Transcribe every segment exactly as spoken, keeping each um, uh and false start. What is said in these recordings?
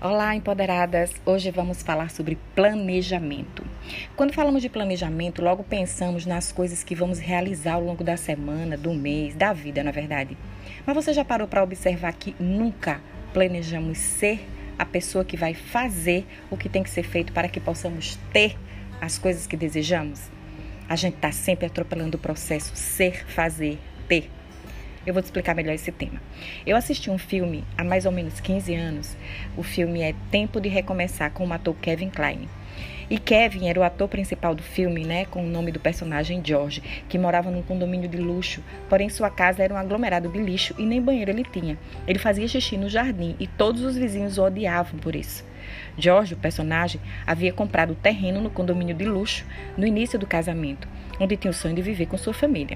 Olá, empoderadas! Hoje vamos falar sobre planejamento. Quando falamos de planejamento, logo pensamos nas coisas que vamos realizar ao longo da semana, do mês, da vida, na verdade. Mas você já parou para observar que nunca planejamos ser a pessoa que vai fazer o que tem que ser feito para que possamos ter as coisas que desejamos? A gente está sempre atropelando o processo ser, fazer, ter. Eu vou te explicar melhor esse tema. Eu assisti um filme há mais ou menos quinze anos. O filme é Tempo de Recomeçar, com o ator Kevin Kline. E Kevin era o ator principal do filme, né, com o nome do personagem George, que morava num condomínio de luxo, porém sua casa era um aglomerado de lixo e nem banheiro ele tinha. Ele fazia xixi no jardim e todos os vizinhos o odiavam por isso. George, o personagem, havia comprado o terreno no condomínio de luxo no início do casamento, onde tinha o sonho de viver com sua família.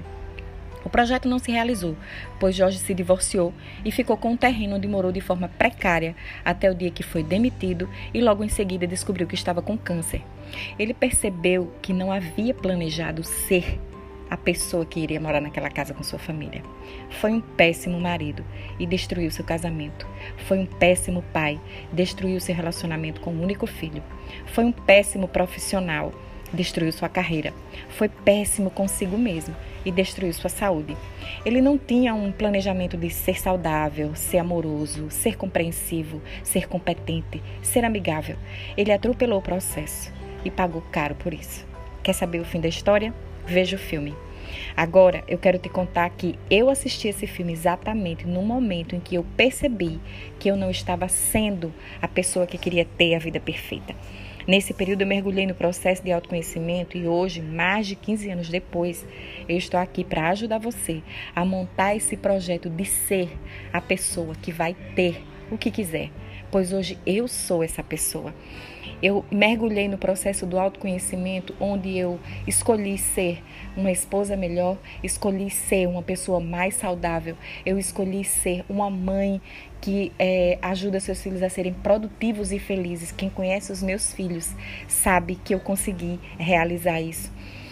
O projeto não se realizou, pois Jorge se divorciou e ficou com um terreno onde morou de forma precária até o dia que foi demitido e logo em seguida descobriu que estava com câncer. Ele percebeu que não havia planejado ser a pessoa que iria morar naquela casa com sua família. Foi um péssimo marido e destruiu seu casamento. Foi um péssimo pai, destruiu seu relacionamento com o único filho. Foi um péssimo profissional, destruiu sua carreira. Foi péssimo consigo mesmo e destruiu sua saúde. Ele não tinha um planejamento de ser saudável, ser amoroso, ser compreensivo, ser competente, ser amigável. Ele atropelou o processo e pagou caro por isso. Quer saber o fim da história? Veja o filme. Agora, eu quero te contar que eu assisti esse filme exatamente no momento em que eu percebi que eu não estava sendo a pessoa que queria ter a vida perfeita. Nesse período eu mergulhei no processo de autoconhecimento e hoje, mais de quinze anos depois, eu estou aqui para ajudar você a montar esse projeto de ser a pessoa que vai ter o que quiser, pois hoje eu sou essa pessoa. Eu mergulhei no processo do autoconhecimento, onde eu escolhi ser uma esposa melhor, escolhi ser uma pessoa mais saudável, eu escolhi ser uma mãe que é, ajuda seus filhos a serem produtivos e felizes. Quem conhece os meus filhos sabe que eu consegui realizar isso.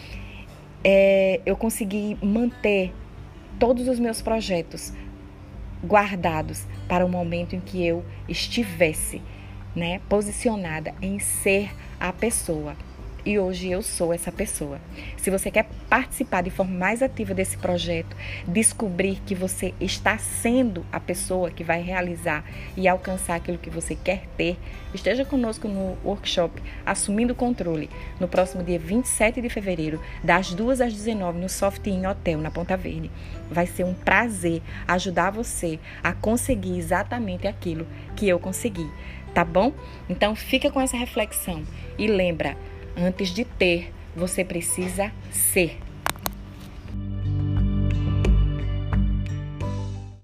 É, eu consegui manter todos os meus projetos guardados para o momento em que eu estivesse, né, posicionada em ser a pessoa. E hoje eu sou essa pessoa. Se você quer participar de forma mais ativa desse projeto, descobrir que você está sendo a pessoa que vai realizar e alcançar aquilo que você quer ter, esteja conosco no workshop Assumindo o Controle, no próximo dia vinte e sete de fevereiro, das duas às dezenove, no Soft Inn Hotel, na Ponta Verde. Vai ser um prazer ajudar você a conseguir exatamente aquilo que eu consegui. Tá bom? Então fica com essa reflexão e lembra, antes de ter, você precisa ser.